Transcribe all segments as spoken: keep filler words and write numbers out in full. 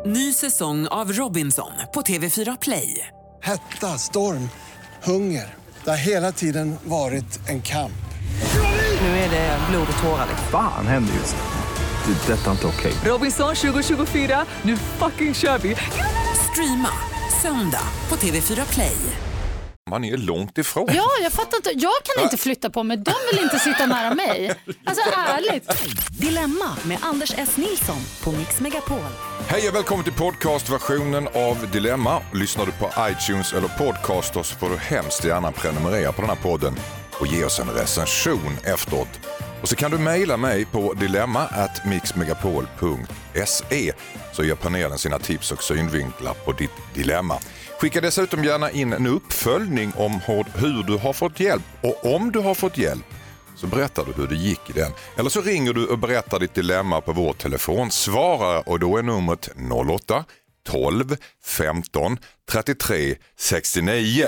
Ny säsong av Robinson på T V fyra Play. Hetta, storm, hunger. Det har hela tiden varit en kamp. Nu är det blod och tårar. Fan händer just det. Det är detta inte okej. Robinson tjugo tjugofyra, nu fucking kör vi. Streama söndag på T V fyra Play. Man är långt ifrån. Ja, jag fattar inte. Jag kan inte flytta på mig. De vill inte sitta nära mig. Alltså ärligt. Dilemma med Anders S. Nilsson på Mix Megapol. Hej och välkommen till podcastversionen av Dilemma. Lyssnar du på iTunes eller Podcaster så får du hemskt gärna prenumerera på den här podden och ge oss en recension efteråt. Och så kan du mejla mig på dilemma at mixmegapol punkt se så ger panelen sina tips och synvinklar på ditt dilemma. Skicka dessutom gärna in en uppföljning om hur du har fått hjälp, och om du har fått hjälp så berättar du hur det gick i den. Eller så ringer du och berättar ditt dilemma på vår telefonsvarare, och då är numret noll åtta tolv femton trettiotre sextionio.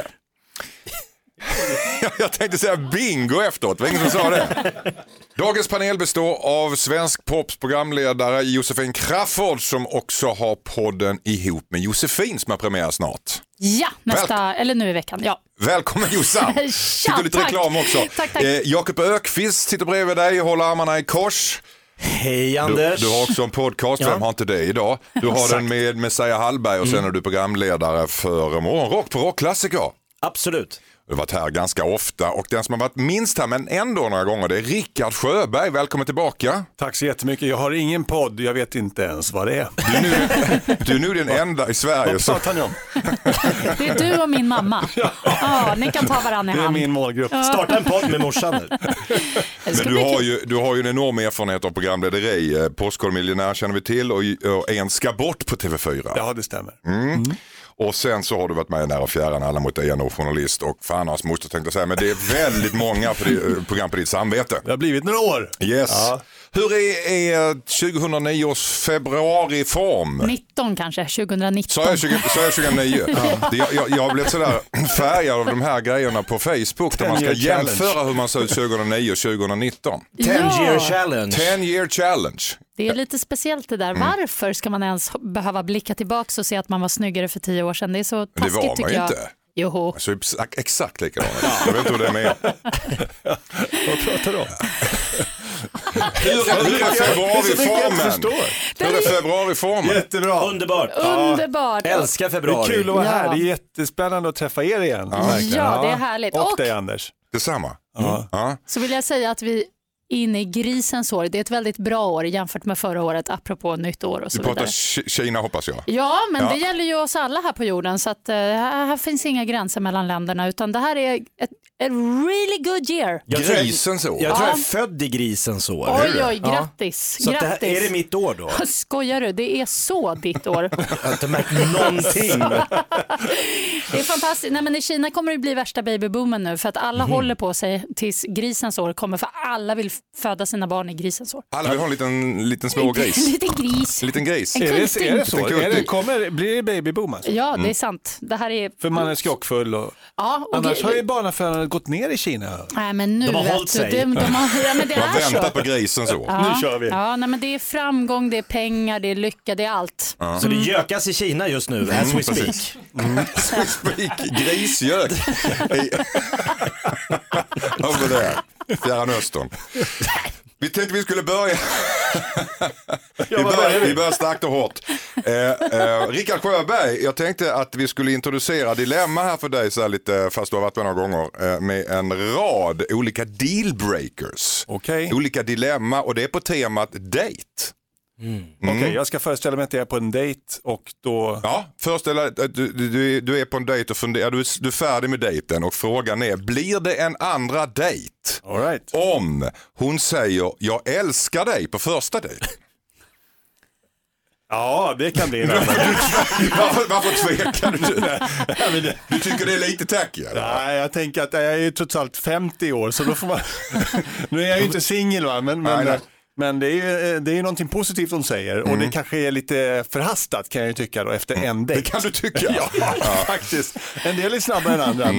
Jag tänkte säga bingo efteråt, var ingen som sa det. Dagens panel består av svensk pops programledare Josefin Crafoord, som också har podden ihop med Josefin som har premiär snart. Ja, nästa, Väl- eller nu i veckan, ja. Välkommen Jossan. Sitter lite tack. reklam också. Tack, tack. Eh, Jakob Ökvist sitter bredvid dig och håller armarna i kors. Hej Du, Anders. du har också en podcast, Ja. vem har inte det idag? Du har Exakt. den med Messiah Hallberg och sen är du programledare för Morgonrock på Rockklassiker. Absolut. Du har varit här ganska ofta, och den som har varit minst här men ändå några gånger, det är Rickard Sjöberg. Välkommen tillbaka. Tack så jättemycket. Jag har ingen podd, jag vet inte ens vad det är. Du är nu, du är nu den enda i Sverige Vad som... pratar ni om? Det är du och min mamma. Ja, ni kan ta varandra i Det är hand. min målgrupp. Starta en podd med morsan nu. Det ska Men bli du har, kul. ju, du har ju en enorm erfarenhet av programlederi. Eh, Postkodmiljonär känner vi till, och, och En ska bort på T V fyra. Ja, det stämmer. Mm. Och sen så har du varit med i Nära och fjärran, Alla mot en och Journalist och Fan hans moster, tänkte jag säga. Men det är väldigt många på ditt, program på ditt samvete. Det har blivit några år. Yes. Ja. Hur är, är tjugohundranio års februariform? nitton kanske, tjugonitton. Så är jag, tjugo, så är jag tjugonio. Det, jag, jag, jag har blivit sådär färgad av de här grejerna på Facebook där man ska Ten year jämföra hur man ser ut tjugonio och tjugonitton. Ten Ja. year challenge. Ten year challenge. Det är lite speciellt det där. Mm. Varför ska man ens behöva blicka tillbaka och se att man var snyggare för tio år sedan? Det är så Men det taskigt var man tycker ju jag. inte. Joho. Så exakt, exakt likadant. Jag vet inte hur det är med. Vad pratar du om? Hur är, hur är februariformen? Hur är februariformen? Jättebra. Underbart. Underbart. Älskar Det är februari. kul att vara Ja. här. Det är jättespännande att träffa er igen. Verkligen. Ja, det är härligt. Och, Och- dig Anders. Detsamma. Ja. Ja. Så vill jag säga att vi är inne i grisens år. Det är ett väldigt bra år jämfört med förra året, apropå nytt år och så Du pratar vidare. Ki- Kina hoppas jag. Ja, men Ja. det gäller ju oss alla här på jorden, så att, uh, här, här finns inga gränser mellan länderna, utan det här är ett, ett really good year. Jag tror jag- Grisens år. Jag tror jag Ja. är född i grisens år. Oj, oj, grattis. Så att det här, grattis. är det mitt år då? Skojar du? Det är så ditt år. Jag har inte märkt någonting. Det är fantastiskt. Nej, men i Kina kommer det bli värsta babyboomen nu, för att alla Mhm. håller på sig tills grisens år kommer, för alla vill föda sina barn i grisens år. Alla vill ha en liten, liten små En gris. liten gris. En liten gris. En Är det, kulting. är det så? En kulting. Är det, kommer, blir det babyboom alltså? Ja, Mm. det är sant. Det här är... För man är skrockfull och... Ja, och Annars gre- har ju barnafödandet gått ner i Kina. Nej, men nu De har vet hållit du, sig. De, de har, ja, men det Jag har är så. väntat på grisens år. Ja. Nu kör vi. Ja, nej, men det är framgång, det är pengar, det är lycka, det är allt. Så det gökas i Kina just nu, as we speak. Spik, grisgök. Over där. Fjärran Östern. Vi tänkte vi skulle börja. vi, börjar, vi börjar starkt och hårt. Eh, eh, Rickard Sjöberg, jag tänkte att vi skulle introducera Dilemma här för dig så här lite, fast du har varit med några gånger, eh, med en rad olika dealbreakers. Okej. Olika dilemma, och det är på temat date. Okej, jag ska föreställa mig att jag är på en dejt och då... Ja, föreställ dig att du, du, du är på en dejt och funderar, du, är- du är färdig med dejten och frågan är, blir det en andra dejt All right. om hon säger jag älskar dig på första dejt? Ja, det kan bli en annan. varför, varför tvekar du? Du tycker det är lite tacky? eller? Nej, jag tänker att jag är ju trots allt femtio år, så då får man... Nu är jag ju inte singel, va, men... men Nej, nej. Men det är ju det är ju någonting positivt de säger, och det kanske är lite förhastat kan jag ju tycka då, efter en dejt. Det kan du tycka. Ja, faktiskt. En del är snabbare än andra, men,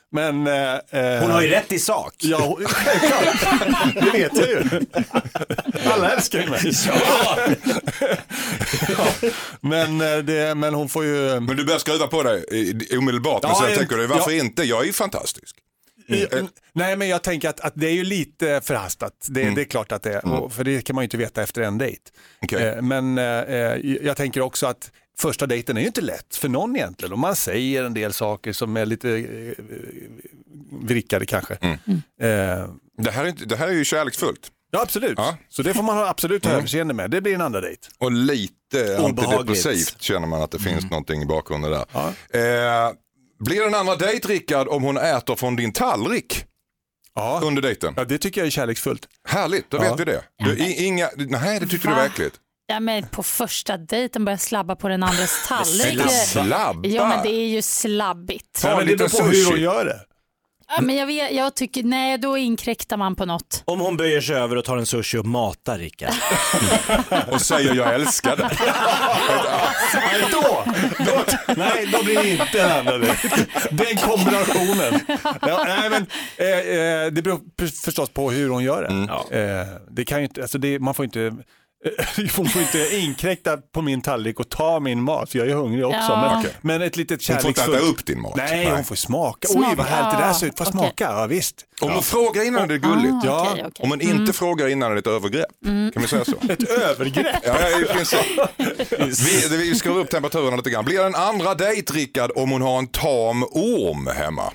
Men, eh, hon har ju rätt i sak. Ja, självklart. Det vet jag ju. Alla älskar ju mig. Ja. Ja. Men, det, men hon får ju... Men du börjar skruva på dig omedelbart. Men ja, sen jag, tänker du, varför ja. inte? Jag är ju fantastisk. Mm. Mm. Nej, men jag tänker att, att det är ju lite förhastat. Det, mm. det är klart att det är. Mm. För det kan man ju inte veta efter en dejt. Okay. Eh, men eh, jag tänker också att första dejten är ju inte lätt för någon egentligen. Och man säger en del saker som är lite eh, vrickade kanske. Mm. Eh. Det, här är, det här är ju kärleksfullt. Ja, absolut. Ja. Så det får man ha absolut mm. överseende med. Det blir en andra dejt. Och lite antidepressivt känner man att det finns mm. någonting i bakgrunden där. Ja. Eh, blir det en andra dejt, Rickard, om hon äter från din tallrik? Ja. Under dejten? Ja, det tycker jag är kärleksfullt. Härligt, då ja. vet vi det. Du, inga, nej, det tycker Va? du är verkligt. Ja, men på första dejten börjar slabba på den andres tallrik. Slabba? Ja, men det är ju slabbigt. Ja, men det beror på hur hon gör det. Ja, men jag, vet, jag tycker, nej, då inkräktar man på något. Om hon böjer sig över och tar en sushi och matar Rickard. Och säger jag älskar det. Nej, då, då, nej, då blir det inte en annan dejt. Den kombinationen. Ja, nej, men, eh, det beror förstås på hur hon gör det. Mm. Ja. Eh, det kan ju inte, alltså det, man får inte... Hon får inte inkräkta på min tallrik och ta min mat, för jag är hungrig också. Ja. Men, okay. men ett litet kärleksfullt... Hon får inte äta upp din mat. Nej, Nej. hon får smaka. smaka. Oj, vad härligt det där ser ut. Får okay. smaka, ja visst. Om ja. hon frågar innan det är gulligt. Ah, ja. okay, okay. Om man inte mm. frågar innan det är ett övergrepp. Mm. Kan vi säga så? Ett övergrepp? Ja, i princip. Vi, vi skruvar upp temperaturen lite grann. Blir det en andra dejt, Rickard, om hon har en tam orm hemma?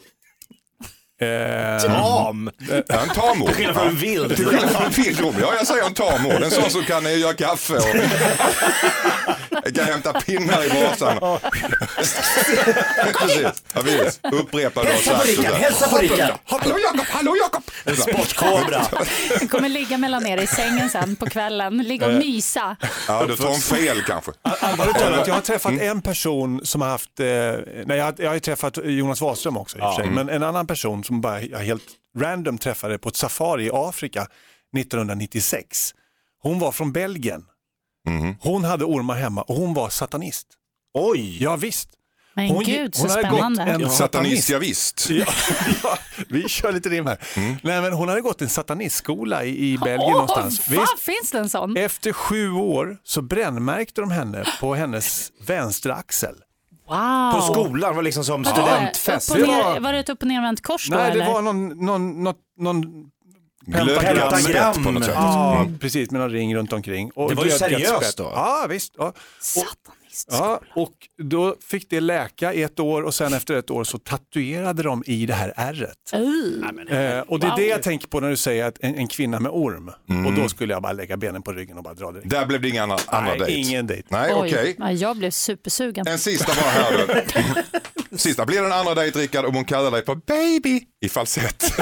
Eh, tam? Ja, en tamor. Till skillnad från en vild. Till skillnad från en vild orm. Ja, jag säger en tamor. En sån som kan göra kaffe och jag kan hämta pinnar i brasan. Precis. Ja, visst. Upprepa då. Hälsa på Rickard, hälsa på Rickard. Hallå Jakob, hallå Jakob. En sportkobra. Den kommer ligga mellan er i sängen sen på kvällen. Ligga och mysa. Ja, du tar en fel kanske. Allvarligt talat, jag har träffat en person som har haft, eh, nej, jag, har, jag har träffat Jonas Wahlström också i och för sig, men en annan person som bara jag helt random träffade på ett safari i Afrika nittonhundranittiosex. Hon var från Belgien. Mm. Hon hade ormar hemma och hon var satanist. Oj! Ja, visst. Men hon, gud, hon så spännande. En ja, satanist, ja visst. Ja, ja, vi kör lite rim här. Mm. Nej, men hon hade gått en satanistskola i, i Belgien oh, någonstans. Visst, finns det en sån? Efter sju år så brännmärkte de henne på hennes vänstra axel. Wow. På skolan var liksom som studentfest. Var, ner, var det ett upp och nervänt kors då? Nej, det eller? var någon, någon, någon, någon pentagram på något sätt. Ja, mm. precis, med någon ring runt omkring. Och det var ju seriöst då. Ja, visst. Ja. Ja, och då fick det läka i ett år och sen efter ett år så tatuerade de i det här ärret. Uh. Eh, och det är wow. det jag tänker på när du säger att en, en kvinna med orm. Mm. Och då skulle jag bara lägga benen på ryggen och bara dra det. Där blev det ingen annan, Nej, annan dejt. ingen dejt. Nej, okej. Okay. Nej, jag blev supersugen. En sista bara här då. Sista, blir det en andra dejt, Rickard, om hon kallar dig för baby i falsett?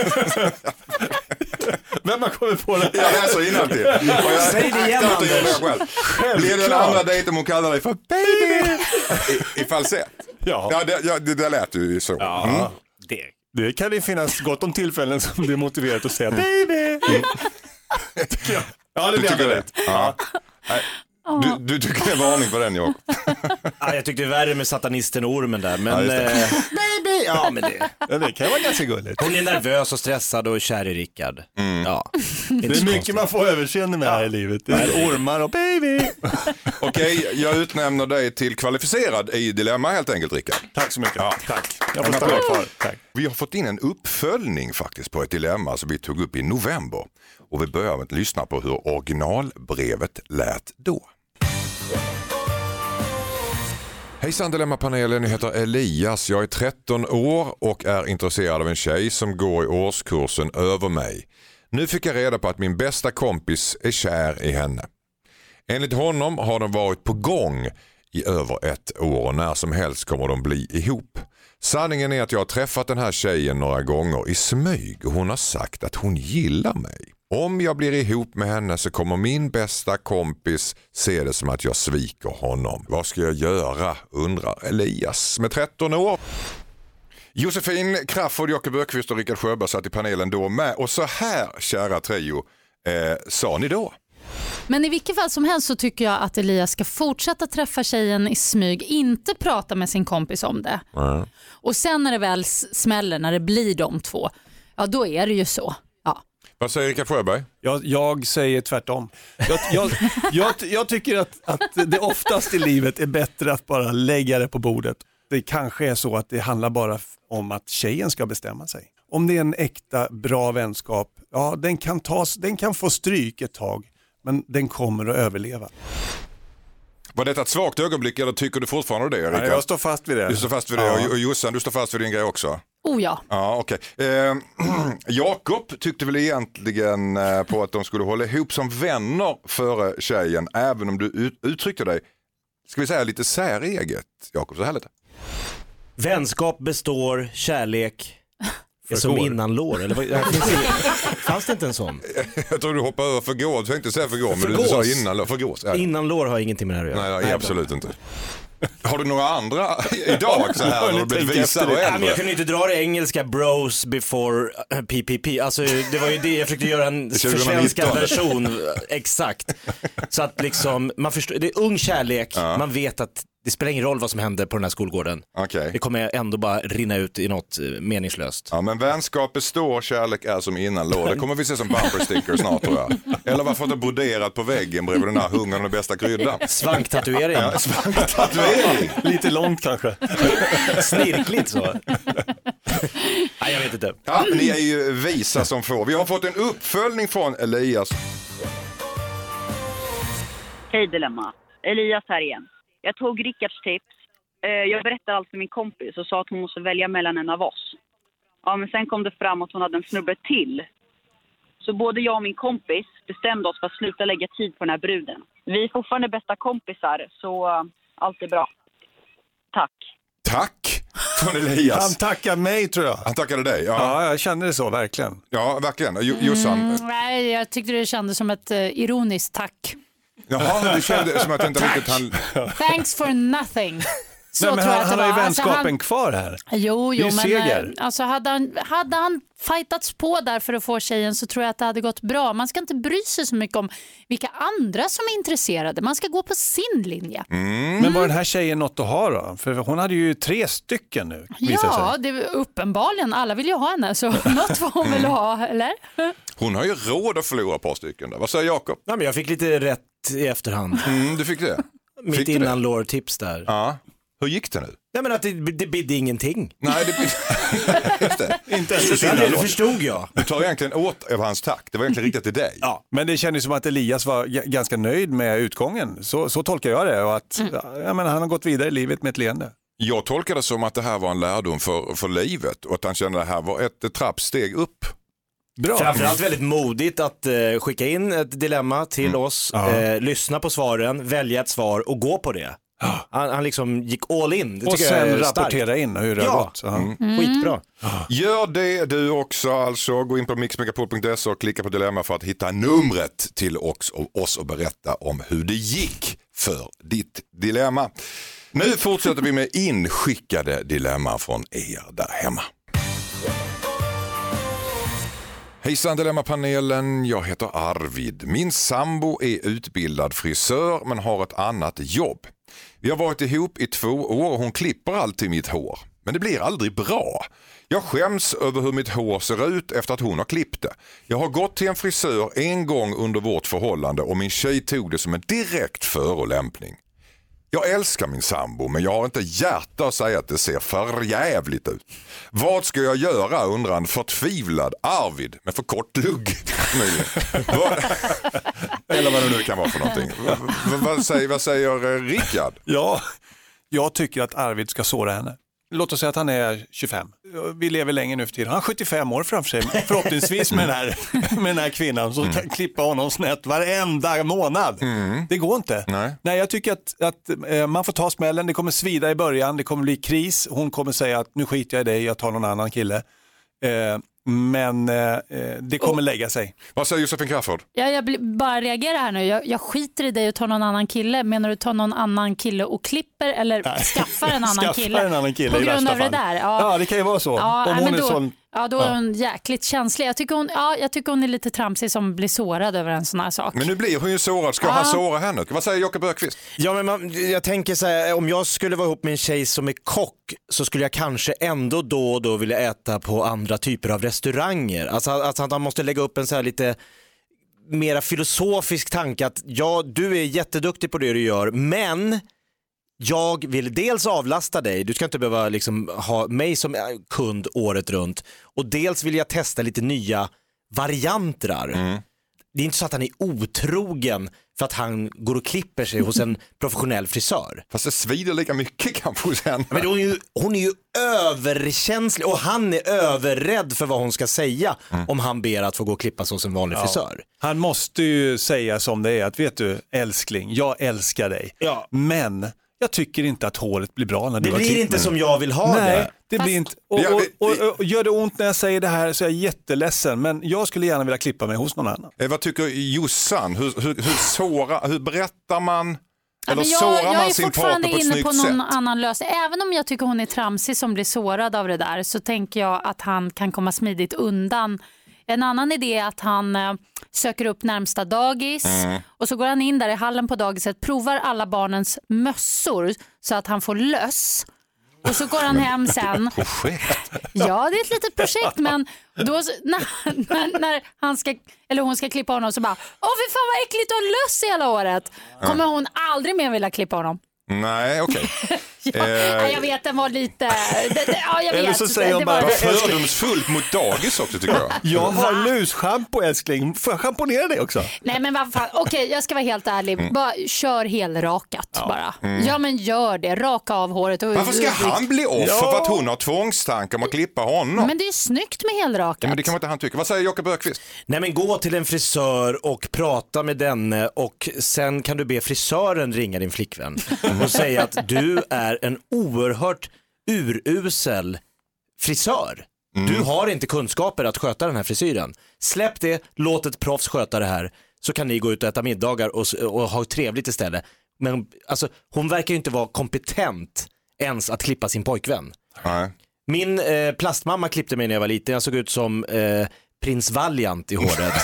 Vem har kommit på det? Jag läser innantill. Säg det igen, Anders. Blir det en andra dejt om hon kallar dig för baby i, i falsett? Ja. Ja, det, ja, det, det lät ju så. Ja, mm. det. Det kan det finnas gott om tillfällen som det är motiverat att säga baby. Mm. Ja, det tycker det. rätt. Ja. Du, du tycker det är varning på den, Jakob? Ja, jag tyckte det är värre med satanisten och ormen där. Men, ja, eh, baby! Ja, men det. Ja, det kan vara ganska gulligt. Hon är nervös och stressad och kär i Rickard. Mm. Ja. Det är mycket konstigt. Man får överseende med ja. här i livet. Det är ormar och baby. Okej, jag utnämner dig till kvalificerad i Dilemma helt enkelt, Rickard. Tack så mycket. Ja. Tack. Jag får stanna kvar. Tack. Vi har fått in en uppföljning faktiskt på ett dilemma som vi tog upp i november. Och vi börjar med att lyssna på hur originalbrevet lät då. Hejsan Dilemma-panelen, jag heter Elias, jag är tretton år och är intresserad av en tjej som går i årskursen över mig. Nu fick jag reda på att min bästa kompis är kär i henne. Enligt honom har de varit på gång i över ett år och när som helst kommer de bli ihop. Sanningen är att jag har träffat den här tjejen några gånger i smyg och hon har sagt att hon gillar mig. Om jag blir ihop med henne så kommer min bästa kompis se det som att jag sviker honom. Vad ska jag göra, undrar Elias med tretton år. Josefin Crafoord, Jakob Öqvist och Rickard Sjöberg satt i panelen då med. Och så här, kära trio, eh, sa ni då. Men i vilket fall som helst så tycker jag att Elias ska fortsätta träffa tjejen i smyg, inte prata med sin kompis om det. Mm. Och sen när det väl smäller, när det blir de två, ja då är det ju så. Ja. Vad säger Rickard Sjöberg? Jag, jag säger tvärtom. Jag, jag, jag, jag tycker att, att det oftast i livet är bättre att bara lägga det på bordet. Det kanske är så att det handlar bara om att tjejen ska bestämma sig. Om det är en äkta, bra vänskap, ja den kan, tas, den kan få stryk ett tag, men den kommer att överleva. Var detta ett svagt ögonblick eller tycker du fortfarande det, Rickard? Ja, jag står fast vid det. Du står fast vid det, ja. Och Jossan, du står fast vid din grej också? Oh ja. Ja, okej. Okay. Eh, Jakob tyckte väl egentligen eh, på att de skulle hålla ihop som vänner före tjejen, även om du ut, uttryckte dig, ska vi säga lite säreget, Jakob, så här lite. Vänskap består, kärlek är som innanlår. Eller vad, det finns ingen, fanns det inte en sån? Jag tror du hoppade över förgås, jag tänkte säga förgås, men du sa innanlår. Förgås, ja. Innanlår har ingenting med det här att göra. Nej, nej, absolut inte. Har du några andra idag så här när du blir visare och äldre? Jag kunde inte dra det engelska bros before P P P. Alltså det var ju det jag försökte göra en försvenskad version exakt. Så att liksom man förstår, det är ung kärlek. Ja. Man vet att det spelar ingen roll vad som händer på den här skolgården. Okay. Det kommer ändå bara rinna ut i något meningslöst. Ja, men vänskap består, kärlek är som innanlår. Det kommer vi se som bumper sticker snart, tror jag. Eller varför inte broderat på väggen bredvid den här hungern och bästa kryddan. Svanktatuering. Ja, svanktatuering. Lite långt kanske. Snirkligt så. Nej, jag vet inte. Ja, ni är ju visa som får. Vi har fått en uppföljning från Elias. Hej Dilemma. Elias här igen. Jag tog Rickards tips. Jag berättade allt för min kompis och sa att hon måste välja mellan en av oss. Ja, men sen kom det fram att hon hade en snubbe till. Så både jag och min kompis bestämde oss för att sluta lägga tid på den här bruden. Vi är fortfarande bästa kompisar, så allt är bra. Tack. Tack från Elias. Han tackar mig, tror jag. Han tackade dig, ja. Ja, jag kände det så, verkligen. Ja, verkligen. Jossan. Mm, nej, jag tyckte det kändes som ett uh, ironiskt tack. Jaha, det kändes som att inte riktigt han... Thanks for nothing. Så Nej, men tror han, jag han har ju vänskapen alltså, han... kvar här. Jo, jo, men seger. Alltså, hade, han, hade han fightats på där för att få tjejen så tror jag att det hade gått bra. Man ska inte bry sig så mycket om vilka andra som är intresserade. Man ska gå på sin linje. Mm. Men var den här tjejen något att ha då? För hon hade ju tre stycken nu. Ja, det är uppenbarligen. Alla vill ju ha henne, så något får hon väl ha, eller? Hon har ju råd att förlora ett par stycken där. Vad säger Jakob? Ja, men jag fick lite rätt i efterhand. Mm, du fick det? Mitt fick innan lore-tips där. Ja. Hur gick det nu? Nej, men att det, det bidde ingenting. Nej, det just det. Inte ens det, det förstod jag. Du tar egentligen åt av hans tack. Det var egentligen riktigt till dig. Ja, men det kändes som att Elias var g- ganska nöjd med utgången. Så, så tolkar jag det. Och att mm. jag menar, han har gått vidare i livet med ett leende. Jag tolkar det som att det här var en lärdom för, för livet. Och att han kände att det här var ett, ett trappsteg upp. Bra. Framförallt väldigt modigt att eh, skicka in ett dilemma till mm. oss. Ja. Eh, lyssna på svaren, välja ett svar och gå på det. Han, han liksom gick all in. Det och sen jag rapportera in hur det ja. har gått. Mm. Mm. Skitbra. Gör det du också alltså. Gå in på mix megapol punkt se och klicka på dilemma för att hitta numret till oss och, oss och berätta om hur det gick för ditt dilemma. Nu fortsätter vi med inskickade dilemma från er där hemma. Hejsan Dilemmapanelen, jag heter Arvid. Min sambo är utbildad frisör men har ett annat jobb. Vi har varit ihop i två år och hon klipper alltid mitt hår. Men det blir aldrig bra. Jag skäms över hur mitt hår ser ut efter att hon har klippt det. Jag har gått till en frisör en gång under vårt förhållande och min tjej tog det som en direkt förolämpning. Jag älskar min sambo men jag har inte hjärta att säga att det ser för jävligt ut. Vad ska jag göra, undrar en förtvivlad Arvid med för kort lugg. Eller vad det nu kan vara för någonting. V- v- vad säger, vad säger Rickard? Ja, jag tycker att Arvid ska såra henne. Låt oss säga att han är tjugofem. Vi lever länge nu för tiden. Han har sjuttiofem år framför sig. Förhoppningsvis med den här, med den här kvinnan som mm. kan klippa honom snett varenda månad. Mm. Det går inte. Nej, Nej jag tycker att, att eh, man får ta smällen. Det kommer svida i början. Det kommer bli kris. Hon kommer säga att nu skiter jag i dig. Jag tar någon annan kille. Eh, men eh, det kommer lägga sig. Vad säger Josefin Crafoord? Ja, jag blir, bara reagerar här nu. Jag, jag skiter i dig och tar någon annan kille. Menar du ta någon annan kille och klipper eller Nej. skaffar en annan skaffar kille? en annan kille på i grund värsta av fall. det där. Ja. Ja, det kan ju vara så. Ja, om hon men är då, sån Ja, då är hon jäkligt känslig. Jag tycker hon, ja, jag tycker hon är lite tramsig som blir sårad över en sån här sak. Men nu blir hon ju sårad. Ska ja. han såra henne? Vad säger Jocke Bökvist? Ja, men man, jag tänker så här, om jag skulle vara ihop med en tjej som är kock så skulle jag kanske ändå då och då vilja äta på andra typer av restauranger. Alltså, alltså att man måste lägga upp en så här lite mera filosofisk tanke att ja, du är jätteduktig på det du gör, men jag vill dels avlasta dig, du ska inte behöva liksom ha mig som kund året runt, och dels vill jag testa lite nya varianter. Mm. Det är inte så att han är otrogen för att han går och klipper sig hos en professionell frisör. Fast det svider lika mycket kanske hos henne. Men hon är, ju, hon är ju överkänslig och han är överrädd för vad hon ska säga mm. om han ber att få gå och klippa sig hos en vanlig ja. frisör. Han måste ju säga som det är, att vet du, älskling, jag älskar dig. Ja. Men jag tycker inte att håret blir bra när du det har blir klippt. inte som jag vill ha. Nej, det. det blir inte. Och, och, och, och gör det ont när jag säger det här så är jag jätteledsen. Men jag skulle gärna vilja klippa mig hos någon annan. Eh, vad tycker Jossan? Hur, hur, hur, såra, hur berättar man? Ja, eller jag, sårar jag man är sin fortfarande partner på ett inne på snyggt någon sätt? annan lösning. Även om jag tycker hon är tramsig som blir sårad av det där, så tänker jag att han kan komma smidigt undan. En annan idé är att han eh, söker upp närmsta dagis mm. och så går han in där i hallen på dagiset, provar alla barnens mössor så att han får löss. Och så går han hem sen. Projekt. Ja, det är ett litet projekt, men då när, när, när han ska eller hon ska klippa honom så bara, åh fy fan vad äckligt, du har löss hela året. Kommer hon aldrig mer vilja klippa honom? Nej, okej. Okay. ja, eh, jag vet, den var lite... Det, det, ja, jag vet. Eller så säger det, hon det bara... Var... Fördomsfullt mot dagis också, tycker jag. Jag har lusschampo, älskling. Får jag schamponera dig också? Nej, men vad fan. Okej, jag ska vara helt ärlig. Mm. Bara kör helrakat ja. bara. Mm. Ja, men gör det. Raka av håret. Och... Varför ska han bli offer ja. för att hon har tvångstankar om att klippa honom? Men det är ju snyggt med helrakat. Ja, men det kan man inte han tycka. Vad säger Jocke Bökvist? Nej, men gå till en frisör och prata med denne, och sen kan du be frisören ringa din flickvän och säga att du är en oerhört urusel frisör. Mm. Du har inte kunskaper att sköta den här frisyren. Släpp det, låt ett proffs sköta det här, så kan ni gå ut och äta middagar och, och ha trevligt istället. Men alltså, hon verkar ju inte vara kompetent ens att klippa sin pojkvän. Nej. Min eh, plastmamma klippte mig när jag var liten. Jag såg ut som eh, Prins Valiant i håret.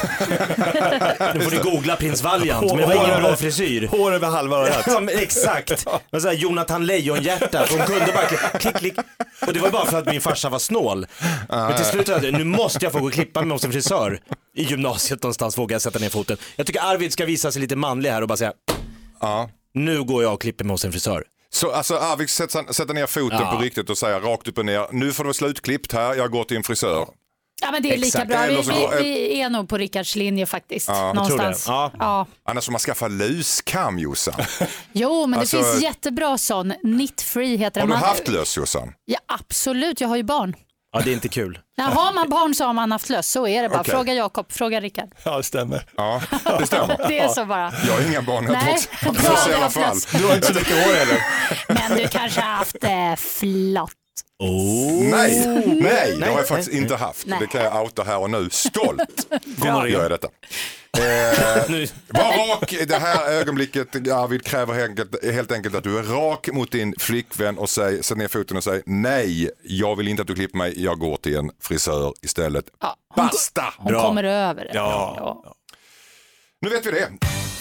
Nu får du googla Prins Valiant, men det var ingen bra frisyr. Hår över halva örat. Ja, men exakt. Men så här, Jonathan Lejon-hjärta. Hon kunde bara klick, klick, klick. Och det var bara för att min farsa var snål. Men till slut jag, nu måste jag få gå och klippa mig hos en frisör. I gymnasiet någonstans vågar jag sätta ner foten. Jag tycker Arvid ska visa sig lite manlig här och bara säga, ja. nu går jag och klipper mig hos en frisör. Så alltså Arvid sätter, sätter ner foten ja. på riktigt och säger rakt upp och ner, nu får du vara slutklippt här, jag går till en frisör. Ja, men det är lika Exakt. bra. Vi, vi, vi är nog på Rickards linje faktiskt. Ja, någonstans. Ja. Ja. Annars får man skaffa luskam, Jossan. Jo, men alltså, det finns jättebra sån. Knit-free heter det. Har du man... haft lös, Jossan? Ja, absolut. Jag har ju barn. Ja, det är inte kul. När har man barn så har man haft lös. Så är det bara. Okay. Fråga Jakob, fråga Rickard. Ja, det stämmer. Ja, det stämmer. Det är så bara. Jag har inga barn. Nej, jag trots, i alla fall. Du har inte så mycket hår heller. Men du kanske har haft eh, flott. Oh. Nej, nej, det har jag faktiskt inte haft. Nej. Det kan jag outa här och nu. Stolt gör jag detta. Eh, var rak i det här ögonblicket. Arvid kräver helt, helt enkelt att du är rak mot din flickvän och säg, sätt ner foten och säg nej, jag vill inte att du klipper mig, jag går till en frisör istället. Ja, hon, Basta! Hon Bra. kommer över det. Ja. Ja. Nu vet vi det.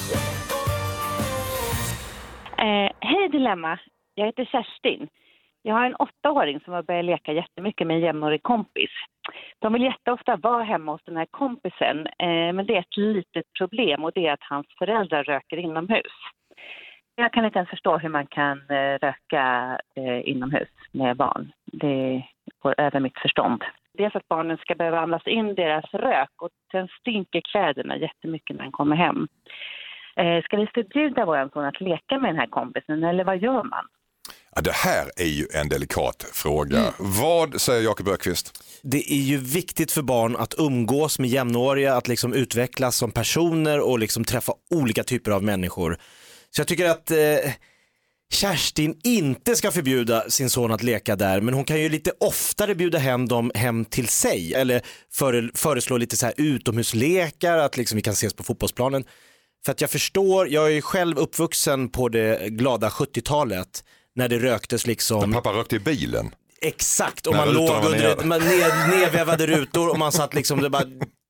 Eh, hej Dilemma, jag heter Kerstin. Jag har en åttaåring som har börjat leka jättemycket med en jämnårig kompis. De vill jätteofta vara hemma hos den här kompisen, eh, men det är ett litet problem, och det är att hans föräldrar röker inomhus. Jag kan inte ens förstå hur man kan eh, röka eh, inomhus med barn. Det går över mitt förstånd. Dels att barnen ska behöva andas in deras rök, och sen stinker kläderna jättemycket när han kommer hem. Eh, ska vi förbjuda vår son att leka med den här kompisen, eller vad gör man? Ja, det här är ju en delikat fråga. Mm. Vad säger Jakob Bökvist? Det är ju viktigt för barn att umgås med jämnåriga, att liksom utvecklas som personer och liksom träffa olika typer av människor. Så jag tycker att eh, Kerstin inte ska förbjuda sin son att leka där, men hon kan ju lite oftare bjuda hem dem hem till sig, eller före, föreslå lite så här utomhuslekar, att liksom vi kan ses på fotbollsplanen. För att jag förstår, jag är ju själv uppvuxen på det glada sjuttiotalet när det röktes liksom... När pappa rökte i bilen? Exakt, och När man låg rutorna var under nere. man ned, nedvävade rutor och man satt liksom, det bara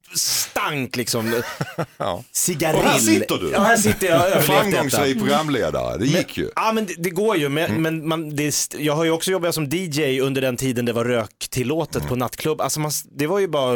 stank liksom. Ja. Cigarill. Och här sitter du. Ja, här sitter jag, överlevt Framgångsrik detta. programledare, det gick men, ju. Ja, men det, det går ju, men, mm. men man, det, jag har ju också jobbat som D J under den tiden det var röktillåtet mm. på nattklubb. Alltså man, det var ju bara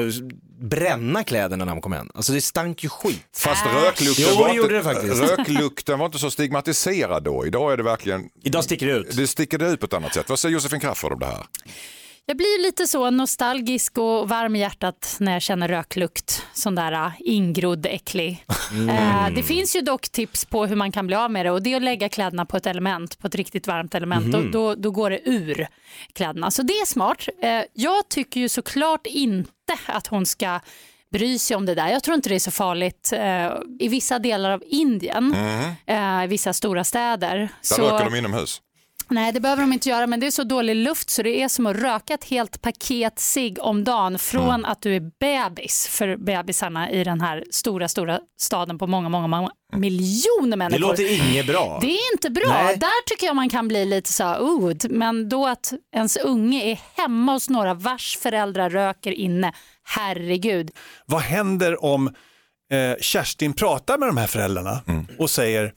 bränna kläderna när man kom hem. Alltså det stank ju skit. Fast röklukten, jo, var det gjorde inte, det faktiskt. röklukten var inte så stigmatiserad då. Idag är det verkligen... Idag sticker det ut. Det sticker det ut på ett annat sätt. Vad säger Josefin Crafoord om det här? Jag blir lite så nostalgisk och varm i hjärtat när jag känner röklukt. Sån där ingrodd, äcklig. Mm. Eh, det finns ju dock tips på hur man kan bli av med det. Och det är att lägga kläderna på ett element, på ett riktigt varmt element. Mm. Då, då, då går det ur kläderna. Så det är smart. Eh, jag tycker ju såklart inte att hon ska bry sig om det där. Jag tror inte det är så farligt. Eh, I vissa delar av Indien, mm. eh, vissa stora städer. Där så... röker de inomhus. Nej, det behöver de inte göra, men det är så dålig luft så det är som att röka ett helt paket cigg om dagen från mm. att du är bebis för bebisarna i den här stora, stora staden på många, många, många miljoner människor. Det låter inget bra. Det är inte bra. Nej. Där tycker jag man kan bli lite så oh, men då att ens unge är hemma hos några vars föräldrar röker inne. Herregud. Vad händer om eh, Kerstin pratar med de här föräldrarna mm. och säger: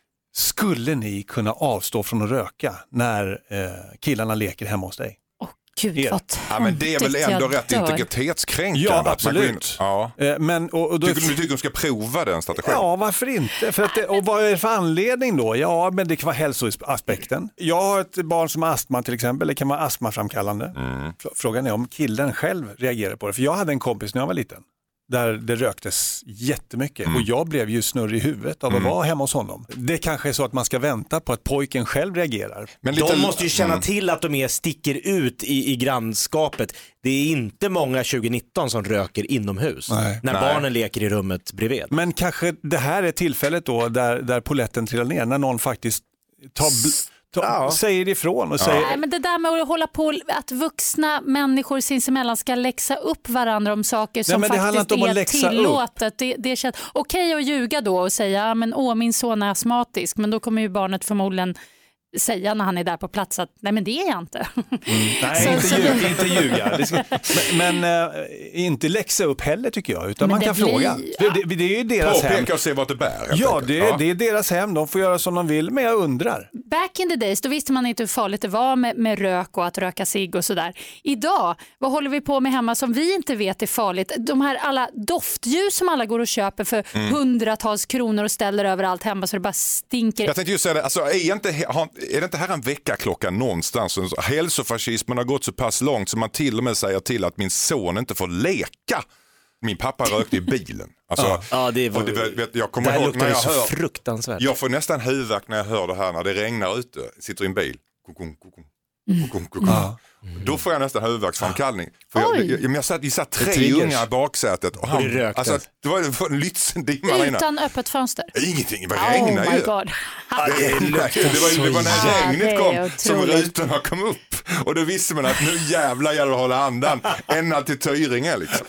skulle ni kunna avstå från att röka när eh, killarna leker hemma hos dig? Åh, gud, vad ja, men det är väl ändå rätt integritetskränkande. Ja, absolut. Ja. Eh, men, och, och då tycker du tycker de ska prova den strategin? Ja, varför inte? För att det, och vad är det för anledning då? Ja, men det kan vara hälsoaspekten. Jag har ett barn som har astma till exempel. Det kan vara astmaframkallande. Mm. Frågan är om killen själv reagerar på det. För jag hade en kompis när jag var liten där det röktes jättemycket mm. och jag blev ju snurrig i huvudet av att mm. vara hemma hos honom. Det kanske är så att man ska vänta på att pojken själv reagerar. Men lite... De måste ju känna mm. till att de är sticker ut i, i grannskapet. Det är inte många tjugonitton som röker inomhus. Nej. När Nej. barnen leker i rummet bredvid. Men kanske det här är tillfället då där, där poletten trillar ner, när någon faktiskt tar... Bl- Ja. Säger ifrån och säger... Nej, men det där med att hålla på att vuxna människor sinsemellan ska läxa upp varandra om saker som Nej, faktiskt är tillåtet. Det, det känns okej att ljuga då och säga men åh, min son är astmatisk, men då kommer ju barnet förmodligen säga när han är där på plats att nej, men det är jag inte. Mm. Nej, så, inte, så ljuga, det... inte ljuga. Det ska, men men äh, inte läxa upp heller tycker jag, utan men man kan blir... fråga. Det, det, det är ju deras Påpeka hem. och se vad det bär. Ja det, ja, det är deras hem. De får göra som de vill, men jag undrar. Back in the days, då visste man inte hur farligt det var med, med rök och att röka cigg och sådär. Idag, vad håller vi på med hemma som vi inte vet är farligt? De här alla doftljus som alla går och köper för mm. hundratals kronor och ställer överallt hemma så det bara stinker. Jag tänkte ju säga det, alltså är inte... Har, Är det inte här en veckaklocka någonstans? Hälsofascismen har gått så pass långt så man till och med säger till att min son inte får leka. Min pappa rökte i bilen. Alltså, ja, ja, det var, det, vet, jag kommer ihåg när jag så hör, fruktansvärt. Jag får nästan huvudvärk när jag hör det här när det regnar ute. Sitter i en bil. Kokon, kokon. Kokon, kokon. Mm. Då får jag nästan huvudvärksframkallning. För jag, jag, jag, jag satt, jag satt tre unga i baksätet och han, och alltså, det var, det var en lytsendimma. Utan öppet fönster? Ingenting, det regnar oh ju. My God. Det, det, det, var, det var när regnet kom som rutorna kom upp. Och då visste man att nu jävlar gäller det att hålla andan ända till Tyringe liksom.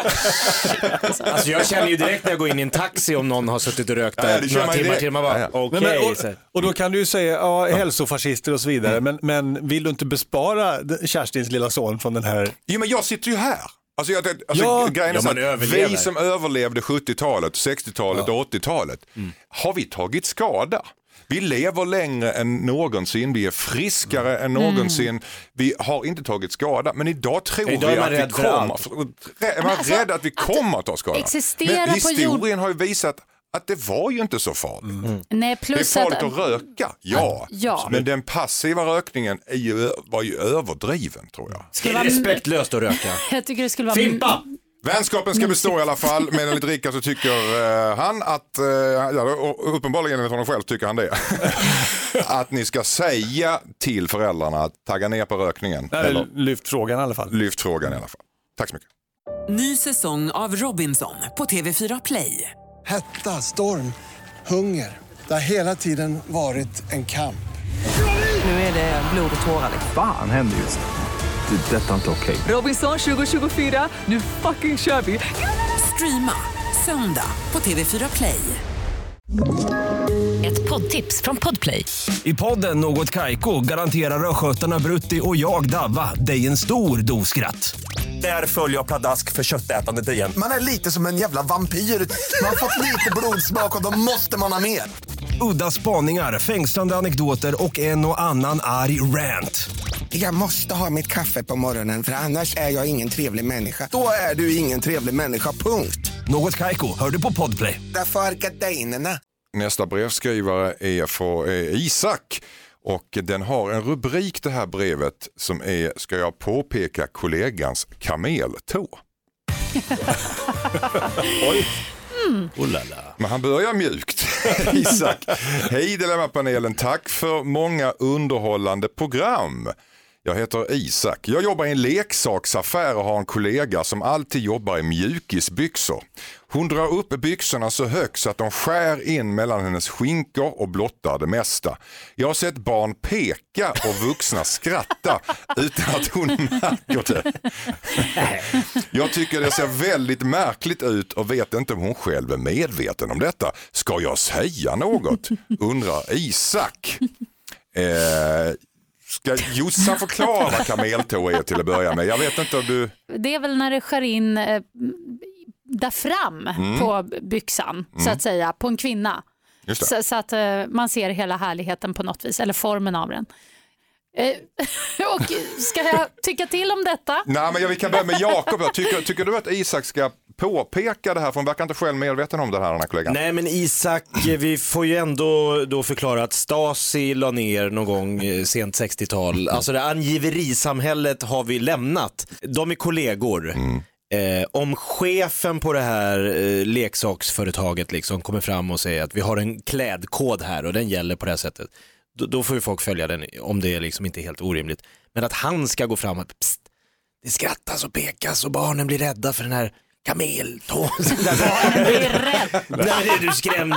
Alltså jag känner ju direkt när jag går in i en taxi om någon har suttit och rökt där ja, några timmar till man bara, ja, ja. Okay, men, men, och, och då kan du ju säga ja, hälsofascister och så vidare, mm. men, men vill du inte bespara Kerstins lilla son från den här... Jo, men jag sitter ju här. Alltså, jag, alltså, ja, grejen är ja, så vi som överlevde sjuttiotalet, sextiotalet ja. och åttiotalet, mm. har vi tagit skada? Vi lever längre än någonsin, vi är friskare mm. än någonsin, mm. vi har inte tagit skada, men idag tror idag vi att vi kommer, är man alltså, rädd att vi kommer att ta skada. Men historien jord... har ju visat att det var ju inte så farligt. Mm. Nej, plus det är farligt att... att röka, ja. ja. Men den passiva rökningen är ju, var ju överdriven, tror jag. Det är respektlöst att röka. Jag tycker det skulle vara... Fimpa! Vänskapen ska bestå i alla fall, men enligt Rickard så tycker uh, han att, uh, ja, och uppenbarligen enligt honom själv tycker han det, att ni ska säga till föräldrarna att tagga ner på rökningen. Nej, eller lyft frågan i alla fall. Lyft frågan i alla fall. Tack så mycket. Ny säsong av Robinson på T V fyra Play. Hetta, storm, hunger. Det har hela tiden varit en kamp. Nu är det blod och tårar. Fan händer just det. Det är detta inte okej. Okay. Robinson tjugo tjugofyra, nu fucking kör vi. Streama söndag på T V fyra Play. Ett poddtips från Podplay. I podden Något Kaiko garanterar röskötarna Brutti och jag Davva dig en stor doskratt. Där följer jag pladask för köttätandet igen. Man är lite som en jävla vampyr. Man har fått lite blodsmak och då måste man ha mer. Udda spaningar, fängslande anekdoter och en och annan arg rant. Jag måste ha mitt kaffe på morgonen för annars är jag ingen trevlig människa. Då är du ingen trevlig människa, punkt. Något Kaiko, hör du på Podplay. Därför är gardinerna. Nästa brevskrivare är för är Isak och den har en rubrik, det här brevet, som är, ska jag påpeka, kollegans kameltå. Oj. Mm. Oh la la. Men han börjar mjukt. Isak, hej Dilemma-panelen, tack för många underhållande program. Jag heter Isak. Jag jobbar i en leksaksaffär och har en kollega som alltid jobbar i mjukisbyxor. Hon drar upp byxorna så högt så att de skär in mellan hennes skinkor och blottar det mesta. Jag har sett barn peka och vuxna skratta utan att hon märker det. Jag tycker det ser väldigt märkligt ut och vet inte om hon själv är medveten om detta. Ska jag säga något? Undrar Isak. Eh... Ska Jossan förklara vad kameltå är till att börja med? Jag vet inte om du... Det är väl när det skär in eh, där fram mm. på byxan, mm. så att säga, på en kvinna. Just det. Så, så att eh, man ser hela härligheten på något vis, eller formen av den. Eh, och ska jag tycka till om detta? Nej, men jag, vi kan börja med Jakob. Tycker, tycker du att Isak ska påpeka det här? För hon verkar inte själv medveten om det här, den här kollegan. Nej, men Isak, vi får ju ändå då förklara att Stasi la ner någon gång sent sextiotal. Alltså det angiverisamhället har vi lämnat. De är kollegor. Mm. Eh, om chefen på det här eh, leksaksföretaget liksom kommer fram och säger att vi har en klädkod här och den gäller på det här sättet, då, då får ju folk följa den om det liksom inte är helt orimligt. Men att han ska gå fram och pst, det skrattas och pekas och barnen blir rädda för den här kameltå. Barnen blir rädda. Nej, är du skrämd?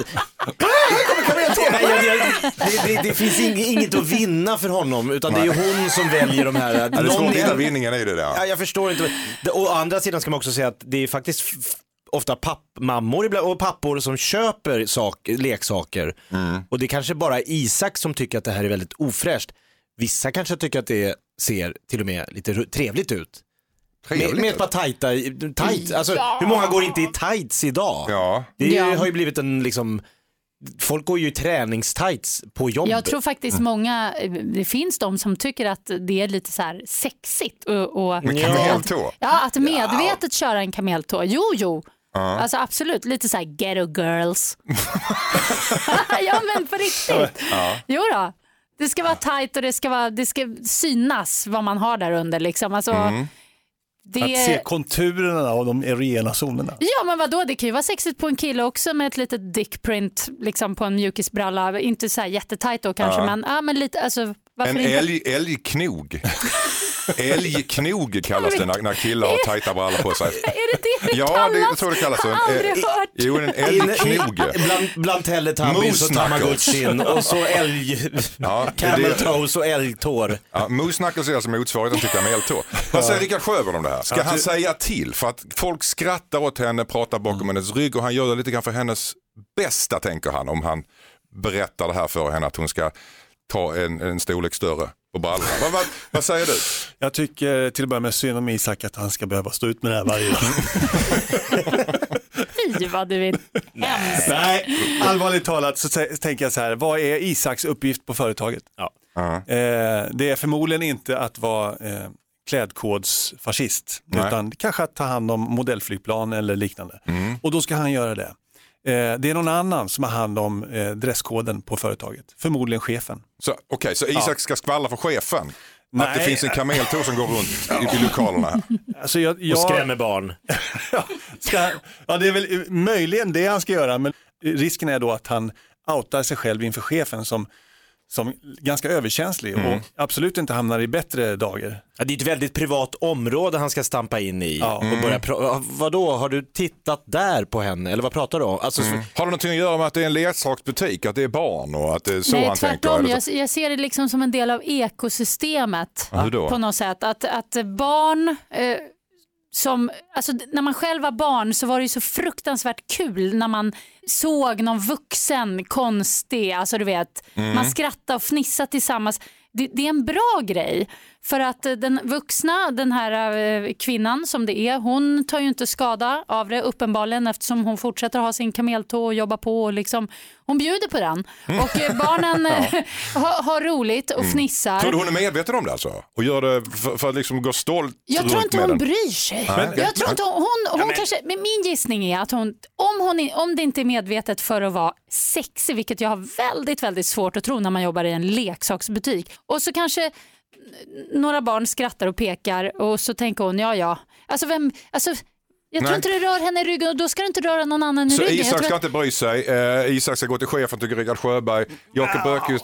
det, det, det finns ing, inget att vinna för honom, utan det är ju hon som väljer de här. Ja, det är svårt att vinningen är det där. Ja, jag förstår inte. Å andra sidan ska man också säga att det är faktiskt f- ofta pappmammor och pappor som köper sak, leksaker. Mm. Och det är kanske bara Isak som tycker att det här är väldigt ofräscht. Vissa kanske tycker att det ser till och med lite trevligt ut. Med, med ett par tajta, tight. Alltså, ja. Hur många går inte i tights idag? Ja. Det ja. har ju blivit en liksom, folk går ju i träningstights på jobbet. Jag tror faktiskt mm. många, det finns de som tycker att det är lite så här sexigt och, och med kameltå? Ja, att medvetet ja. köra en kameltå. Jo, jo. Uh-huh. Alltså absolut, lite så här ghetto girls. Ja, men på riktigt. Uh-huh. Jo då. Det ska vara tight och det ska, vara, det ska synas vad man har där under liksom. Alltså, mm. det... Att se konturerna av de erogena zonerna. Ja, men vadå? Det kan ju vara sexigt på en kille också med ett litet dickprint liksom på en mjukisbralla. Inte så här jättetajt då kanske, ja. men, ja, men lite, alltså, varför en inte? älg, älgknog. Älgknog kallas det när, när killar har tajta brallor på sig. Är det det det ja, kallas? Det, jag tror det kallas. Jag har aldrig eh, hört. Jo, en älgknog. Bland, bland Teletubbies och Tamagotchin och så älg... ja, camel toes och älgtår. Ja, moose knuckles är alltså motsvarigheten till kameltå. Vad säger Rickard Sjöberg om det här? Ska ja, han du... säga till? För att folk skrattar åt henne, pratar bakom mm. hennes rygg och han gör det lite grann för hennes bästa, tänker han, om han berättar det här för henne att hon ska ta en, en storlek större på brallorna. vad, vad, vad säger du? Jag tycker till att börja med synd om Isak att han ska behöva stå ut med det här varje dag. Fy vad du är hemskt. Nej, allvarligt talat så t- tänker jag så här, vad är Isaks uppgift på företaget? Ja. Uh-huh. Eh, det är förmodligen inte att vara eh, klädkodsfascist, Nej. utan kanske att ta hand om modellflygplan eller liknande. Mm. Och då ska han göra det. Eh, det är någon annan som har hand om eh, dresskoden på företaget. Förmodligen chefen. Så, Okej, okay, så Isak ja. ska skvalla för chefen? Nej. Att det finns en kameltår som går runt i, i lokalerna? Alltså jag, jag... Och skrämmer barn. ja, ska... ja, det är väl möjligen det han ska göra. Men risken är då att han outar sig själv inför chefen som, som ganska överkänslig mm. och absolut inte hamnar i bättre dagar. Ja, det är ett väldigt privat område han ska stampa in i. Ja. Och börja pra- vadå, har du tittat där på henne? Eller vad pratar du om? Alltså, mm. Har det någonting att göra med att det är en leksaksbutik, att det är barn och att det är så? Nej, han tvärtom. tänker? Jag, jag ser det liksom som en del av ekosystemet. Ja, hur då? På något sätt. Att, att barn... Eh, som, alltså, när man själv var barn så var det ju så fruktansvärt kul när man såg någon vuxen konstig, alltså du vet, mm. man skrattade och fnissade tillsammans. Det, det är en bra grej för att den vuxna, den här eh, kvinnan som det är, hon tar ju inte skada av det uppenbarligen eftersom hon fortsätter ha sin kameltå och jobba på och liksom, hon bjuder på den och eh, barnen ja. har, har roligt och mm. fnissar. Tror du hon är medveten om det alltså? Och gör det för, för att liksom gå stolt Jag tror inte hon den. bryr sig. Nej. Jag tror inte hon, hon, hon ja, men... kanske, men min gissning är att hon, om, hon, om det inte är medvetet för att vara sexig, vilket jag har väldigt, väldigt svårt att tro när man jobbar i en leksaksbutik. Och så kanske några barn skrattar och pekar och så tänker hon, ja ja, alltså vem, alltså jag tror Nej. inte det rör henne i ryggen och då ska det inte röra någon annan i så ryggen. Isak ska att... inte bry sig, uh, Isak ska gå till chefen till Rickard Sjöberg, Jakob Öqvist.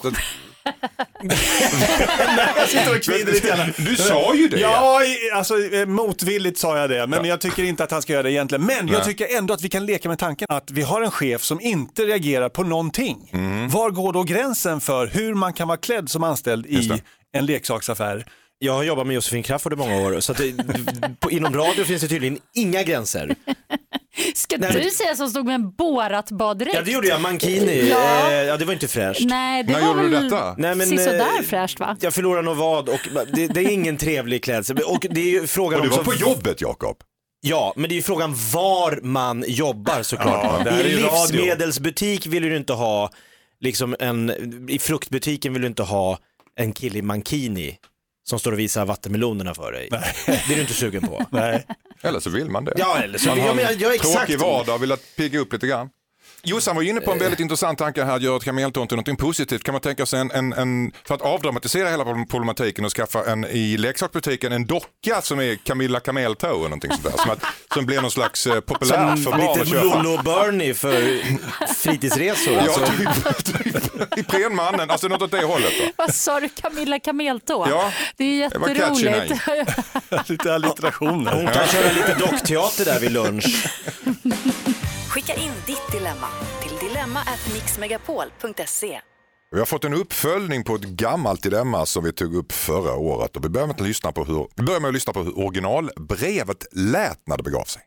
Du sa ju det. Ja, alltså motvilligt sa jag det. Men ja. jag tycker inte att han ska göra det egentligen. Men Nej. jag tycker ändå att vi kan leka med tanken att vi har en chef som inte reagerar på någonting. Mm. Var går då gränsen för hur man kan vara klädd som anställd i en leksaksaffär? Jag har jobbat med Josefin Crafoord i många år så att det, på, inom radio finns det tydligen inga gränser. Ska Nej, du säga som stod med en Borat baddräkt? Ja, det gjorde jag, mankini. ja. Eh, ja, det var inte fräscht. Nej, det När var gjorde väl du detta? Nej, men, sådär fräscht va? Jag förlorade nog vad och det, det är ingen trevlig klädsel. Och det är ju frågan och du om var på så... jobbet, Jakob. Ja, men det är ju frågan var man jobbar såklart. Ja, I livsmedelsbutik vill du inte ha liksom en, i fruktbutiken vill du inte ha en kille i mankini som står och visar vattenmelonerna för dig. Nej. Det är du inte sugen på. Nej. Eller så vill man det. Ja, eller så man vill har jag, jag, jag exakt. tråkig vardag, vill att pigga upp lite grann. Jossan var inne på en väldigt intressant tanke här, att göra ett kameltån till något positivt. Kan man tänka sig en, en, en, för att avdramatisera hela problematiken och skaffa en i leksaksbutiken en docka som är Camilla Kameltå eller någonting sådär. Som, att, som blir någon slags eh, populärt som för barn att köpa. Lite Lolo Bernie för fritidsresor. Alltså. Ja, typ, typ, i Prenmannen, alltså något åt det hållet. Då. Vad sa du, Camilla Kameltå? Ja, det är jätteroligt. Lite allitterationer. Hon kan köra lite dockteater där vid lunch. Skicka in ditt dilemma till dilemma at mixmegapol punkt se. Vi har fått en uppföljning på ett gammalt dilemma som vi tog upp förra året. Och vi börjar med att lyssna på hur, vi börjar med att lyssna på hur originalbrevet lät när det begav sig.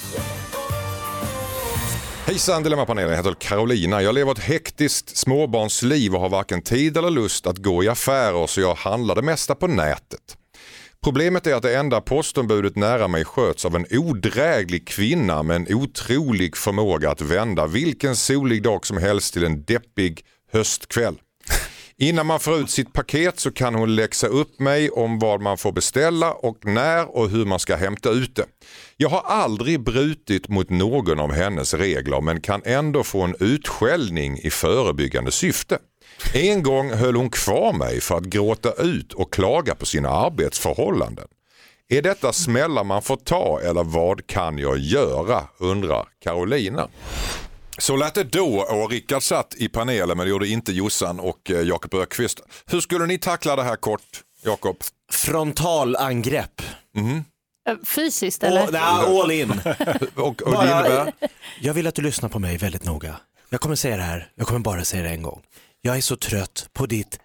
Hejsan Dilemmapanelen, jag heter Carolina. Jag lever ett hektiskt småbarnsliv och har varken tid eller lust att gå i affärer, så jag handlar det mesta på nätet. Problemet är att det enda postombudet nära mig sköts av en odräglig kvinna med en otrolig förmåga att vända vilken solig dag som helst till en deppig höstkväll. Innan man får ut sitt paket så kan hon läxa upp mig om vad man får beställa och när och hur man ska hämta ut det. Jag har aldrig brutit mot någon av hennes regler men kan ändå få en utskällning i förebyggande syfte. En gång höll hon kvar mig för att gråta ut och klaga på sina arbetsförhållanden. Är detta smällar man får ta eller vad kan jag göra, undrar Carolina. Så lät det då, och Rickard satt i panelen men det gjorde inte Jossan och Jakob Öqvist. Hur skulle ni tackla det här kort, Jakob? Frontalangrepp. Mm. Fysiskt eller? Oh, nah, all in. och, och bara, jag vill att du lyssnar på mig väldigt noga. Jag kommer säga det här, jag kommer bara säga det en gång. Jag är så trött på ditt...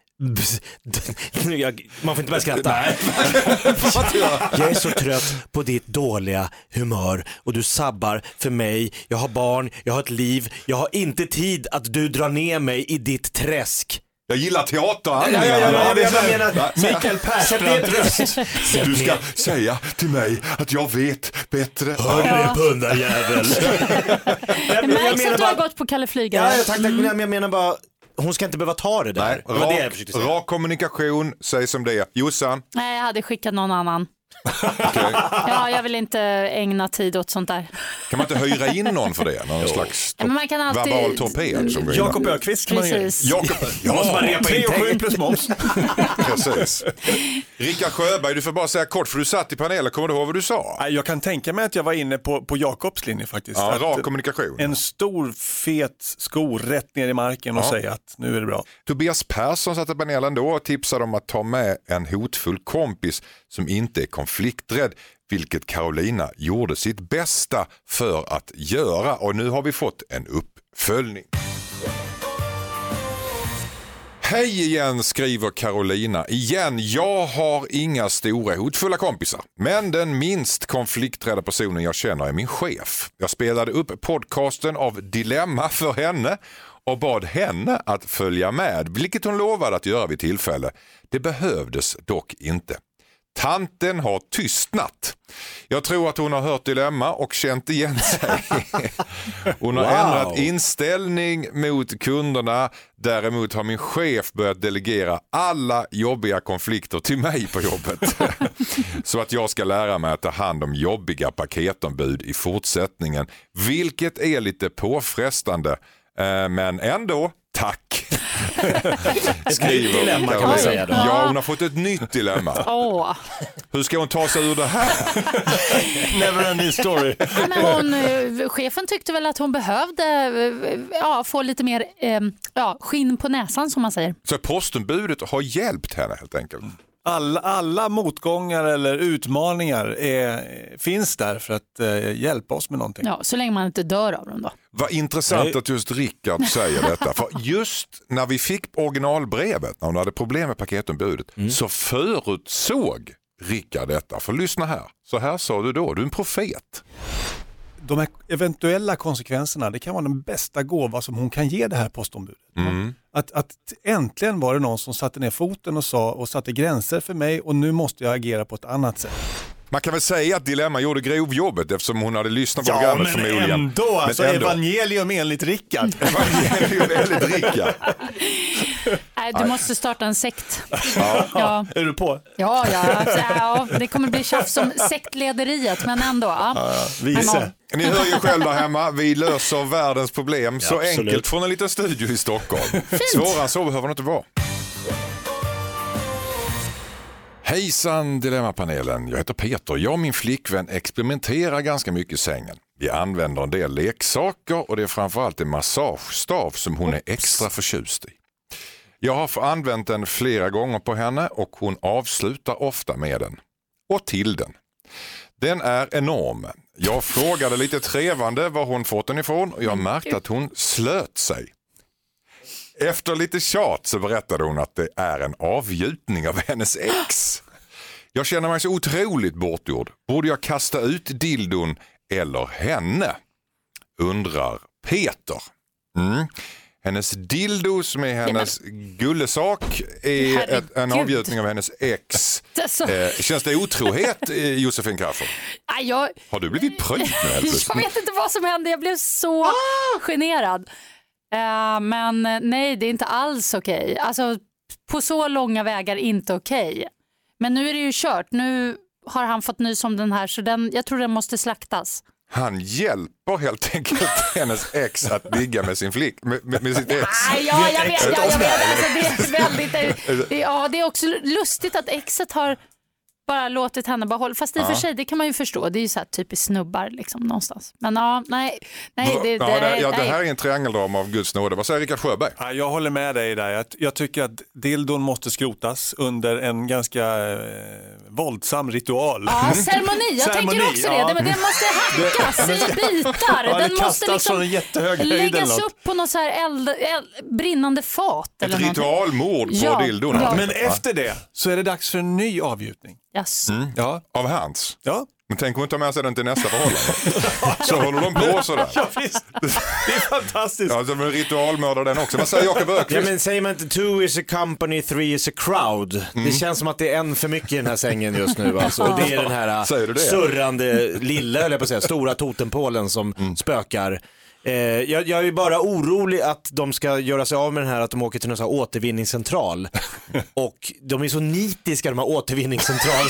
Jag, man får inte börja skratta. Nej. Jag är så trött på ditt dåliga humör och du sabbar för mig. Jag har barn, jag har ett liv. Jag har inte tid att du drar ner mig i ditt träsk. Jag gillar teater. Ja, ja, ja, ja, jag, jag menar, Mikael Persbrandt. Du ska säga till mig att jag vet bättre. Hörru pundarjävel. Det märks att du har gått på Kalle Flygare. Ja, tack, tack, men jag menar bara... Hon ska inte behöva ta det där. Nej, det var rak, det jag försökte säga. Rak kommunikation, säg som det är. Jossan? Nej, jag hade skickat någon annan. Okay. Ja, jag vill inte ägna tid åt sånt där. Kan man inte hyra in någon för det? Någon slags ja, men man kan alltid... verbal torped. Jakob Öqvist kan man göra. Jakob... Ja, måste man repa in tre plus moms. Precis. Rickard Sjöberg, du får bara säga kort för du satt i panelen. Kommer du ihåg vad du sa? Jag kan tänka mig att jag var inne på, på Jakobs linje faktiskt. Ja, rak kommunikation. En stor fet sko rätt ner i marken och ja. säga att nu är det bra. Tobias Persson satt i panelen då och tipsade om att ta med en hotfull kompis som inte är konflikträdd, vilket Carolina gjorde sitt bästa för att göra, och nu har vi fått en uppföljning. Hej igen, skriver Carolina. Igen, jag har inga stora hotfulla kompisar. Men den minst konflikträdda personen jag känner är min chef. Jag spelade upp podcasten av Dilemma för henne och bad henne att följa med, vilket hon lovade att göra vid tillfälle. Det behövdes dock inte. Tanten har tystnat. Jag tror att hon har hört Dilemma och känt igen sig. Hon har wow. ändrat inställning mot kunderna. Däremot har min chef börjat delegera alla jobbiga konflikter till mig på jobbet. Så att jag ska lära mig att ta hand om jobbiga paketombud i fortsättningen. Vilket är lite påfrestande. Men ändå, tack. Ett nytt dilemma kan man säga då. Ja, hon har fått ett nytt dilemma. Åh. Hur ska hon ta sig ur det här? Never ending story. Ja, men hon, chefen tyckte väl att hon behövde ja, få lite mer ja, skinn på näsan som man säger. Så postombudet har hjälpt henne helt enkelt? Alla, alla motgångar eller utmaningar är, finns där för att eh, hjälpa oss med någonting. Ja, så länge man inte dör av dem då. Vad intressant Nej. att just Rickard säger detta. För just när vi fick originalbrevet, när hon hade problem med paketombudet, mm. så förutsåg Rickard detta. För lyssna här, så här sa du då, du är en profet. De här eventuella konsekvenserna, det kan vara den bästa gåva som hon kan ge det här postombudet. Mm. Att, att äntligen var det någon som satte ner foten och sa och satte gränser för mig och nu måste jag agera på ett annat sätt. Man kan väl säga att Dilemma gjorde grovjobbet eftersom hon hade lyssnat på ja, programmet men förmodligen. Ändå, alltså men ändå, evangelium enligt Rickard. Evangelium enligt Rickard. Nej, du måste starta en sekt. Ja. Ja. Är du på? Ja, ja, ja, det kommer bli tjafs som sektlederiet, men ändå. Ja. Ja, ja. Vise. Ni hör ju själv där hemma, vi löser världens problem så ja, enkelt från en liten studio i Stockholm. Fint. Svårare så behöver det inte vara. Hejsan Dilemmapanelen, jag heter Peter. Jag och min flickvän experimenterar ganska mycket i sängen. Vi använder en del leksaker och det är framförallt en massagestav som hon är extra förtjust i. Jag har använt den flera gånger på henne och hon avslutar ofta med den. Och till den. Den är enorm. Jag frågade lite trevande var hon fått den ifrån och jag märkte att hon slöt sig. Efter lite tjat så berättade hon att det är en avgjutning av hennes ex. Jag känner mig så otroligt bortgjord. Borde jag kasta ut dildon eller henne? Undrar Peter. Mm. Hennes dildo som är hennes gullesak är ett, en avgjutning av hennes ex. Alltså. Eh, känns det otrohet, Josefin Crafoord? Jag... Har du blivit pröjt nu helt plötsligt? Jag vet inte vad som hände, jag blev så ah! generad. Uh, men nej, det är inte alls okej. Okay. Alltså på så långa vägar inte okej. Okay. Men nu är det ju kört. Nu har han fått nys om den här så den, jag tror den måste slaktas. Han hjälper helt enkelt hennes ex att ligga med sin flick, med, med, med sitt ex. Nej, ja, jag vet, ja, jag vet. Alltså, det är väldigt, det, ja, det är också lustigt att exet har bara låtit henne bara hålla. Fast i och för sig, det kan man ju förstå. Det är ju så här typiskt snubbar liksom någonstans. Men ja, nej. nej, det, ja, det, det, ja, nej. det här är en triangeldrama av Guds nåde. Vad säger Rickard Sjöberg? Ja, jag håller med dig där. Jag, jag tycker att dildon måste skrotas under en ganska eh, våldsam ritual. Ja, ceremoni. Jag ceremoni, tänker också ja. det. Den, den måste hackas i bitar. Ja, den måste liksom läggas upp på något så här eld, eld, brinnande fat. Ett eller ritualmord på ja, dildon. Ja. Men efter det så är det dags för en ny avgjutning. Yes. Mm. Ja. Av hans? Ja. Men tänk hon tar med sig den till nästa förhållande. Så håller de på sådär. Ja, visst. Det är fantastiskt. Ja, så ritualmördar den också. Vad säger Jakob Öqvist? Ja, men säger man inte two is a company, three is a crowd. Mm. Det känns som att det är en för mycket i den här sängen just nu. Alltså. Och det är den här det? surrande lilla, eller på att säga, stora totempålen som mm. spökar. Eh, jag, jag är bara orolig att de ska göra sig av med den här, att de åker till någon sån här återvinningscentral. Och de är så nitiska, de här återvinningscentralen.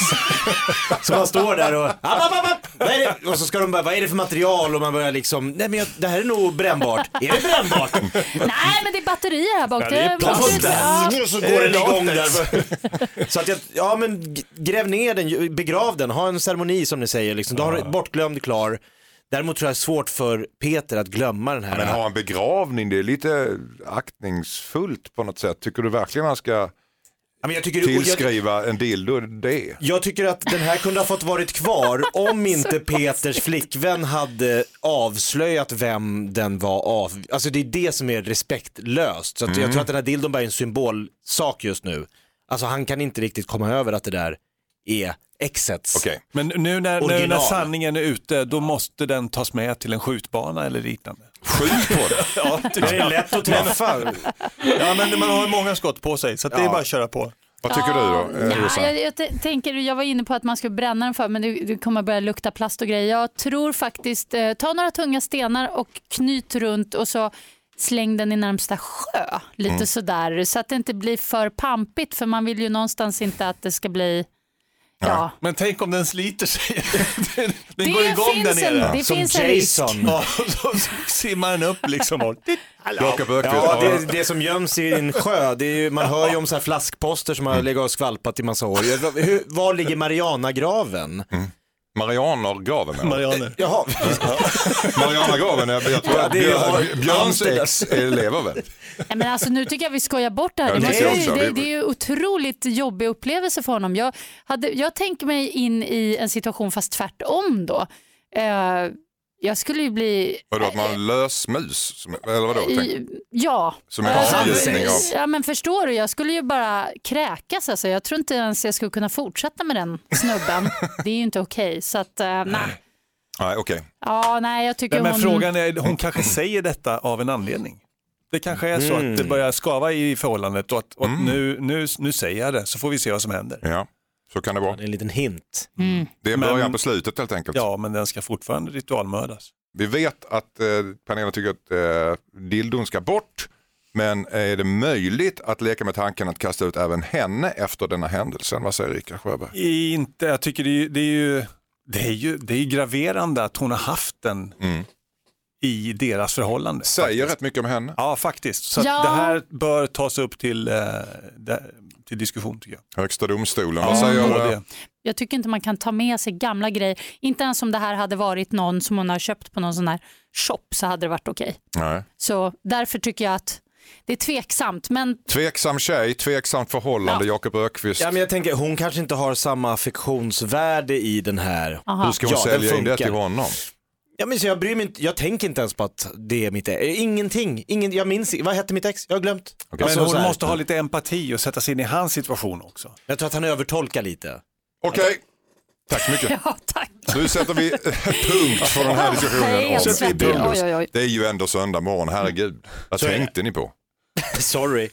Så man står där och app, app, app, vad är det? Och så ska de bara, vad är det för material? Och man börjar liksom, nej men jag, det här är nog brännbart. Är det brännbart? Nej, men det är batterier här bak. Ja, det är måste, ja. Så går den igång där. Så att jag, ja men gräv ner den, begrav den, ha en ceremoni som ni säger liksom. Du har ja. bortglömd klar. Däremot tror jag det är svårt för Peter att glömma den här. Men ha en begravning, det är lite aktningsfullt på något sätt. Tycker du verkligen man ska Ja, men jag tycker, tillskriva jag, en dildo det? Jag tycker att den här kunde ha fått varit kvar om inte Peters flickvän hade avslöjat vem den var av. Alltså det är det som är respektlöst. Så att mm. jag tror att den här dildon bara är en symbolsak just nu. Alltså han kan inte riktigt komma över att det där är exets. Okay. Men nu när, nu när sanningen är ute, då måste den tas med till en skjutbana eller liknande. Skjut på det? Ja, det är lätt att träffa. Ja, men man har många skott på sig, så att det är bara att köra på. Vad tycker ja, du då? Ja, jag, jag, t- tänker, jag var inne på att man skulle bränna den för, men det, det kommer börja lukta plast och grejer. Jag tror faktiskt, eh, ta några tunga stenar och knyt runt och så släng den i närmsta sjö. Lite mm. sådär, så att det inte blir för pampigt, för man vill ju någonstans inte att det ska bli... Ja. Ja. Men tänk om den sliter sig. den det går igång där nere. En, det som finns Jason. En ja, så simmar den upp liksom. Och... ja, det, det som göms i en sjö, det är ju, man hör ju om så här flaskposter som har legat och skvalpat i massa år. Hur, var ligger Marianagraven? Mm. Marianergraven? Marianer. Jaha. Marianagraven, jag, jag tror ja, att Björn, Björns ex lever väl? Nej, men alltså, nu tycker jag vi skojar bort det här. Ja, det, det, är, det, det är ju otroligt jobbig upplevelse för honom. Jag, hade, jag tänker mig in i en situation fast tvärtom då. Uh, jag skulle ju bli... Vadå, att man lös mus? Eller vadå? Tänk? Ja. Som en avgjutning av... Ja, men förstår du, jag skulle ju bara kräkas. Alltså. Jag tror inte ens jag skulle kunna fortsätta med den snubben. Det är ju inte okej. Okay, så att, uh, nej. Nej, okej. Okay. Ja, nej, jag tycker nej, men hon... frågan är, hon kanske säger detta av en anledning. Det kanske är så mm. att det börjar skava i förhållandet och att och mm. nu, nu, nu säger jag det, så får vi se vad som händer. Ja, så kan det vara. Det är en liten hint. Mm. Det är en början på slutet helt enkelt. Ja, men den ska fortfarande ritualmördas. Vi vet att eh, panelen tycker att eh, dildon ska bort, men är det möjligt att leka med tanken att kasta ut även henne efter denna händelsen? Vad säger Rickard Sjöberg? Inte, jag tycker det är, det är ju det är ju det är graverande att hon har haft den mm. i deras förhållande. Säger faktiskt. rätt mycket om henne. Ja, faktiskt. Så ja. det här bör tas upp till, eh, till diskussion tycker jag. Högsta domstolen, ja, vad säger det? Jag tycker inte man kan ta med sig gamla grejer. Inte ens om det här hade varit någon som hon har köpt på någon sån här shop så hade det varit okej. Nej. Så därför tycker jag att det är tveksamt. Men... Tveksam tjej, tveksamt förhållande, ja. Jakob Ökvist. Ja, men jag tänker, hon kanske inte har samma affektionsvärde i den här. Aha. Hur ska hon ja, sälja in det till honom? Ja, men så jag bryr mig inte, jag tänker inte ens på att det är mitt ex. Ingenting, ingen, jag minns, vad hette mitt ex? Jag har glömt. Okay. Men hon måste ha lite empati och sätta sig in i hans situation också. Jag tror att han övertolkar lite. Okej, okay. Tack så mycket. Ja, tack. Nu sätter vi punkt för den här diskussionen. Oj, oj, oj. Det är ju ändå söndag morgon, herregud. Vad så tänkte ni på? Sorry.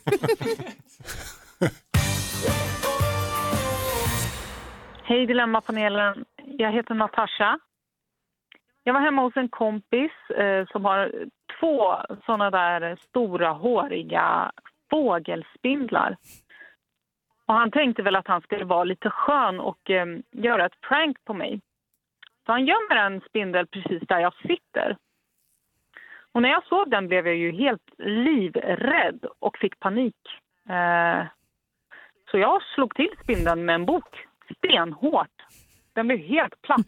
Hej Dilemmapanelen, jag heter Natasha. Jag var hemma hos en kompis eh, som har två sådana där stora håriga fågelspindlar. Och han tänkte väl att han skulle vara lite skön och eh, göra ett prank på mig. Så han gömmer en spindel precis där jag sitter. Och när jag såg den blev jag ju helt livrädd och fick panik. Eh, så jag slog till spindeln med en bok. Stenhårt. Den blev helt platt.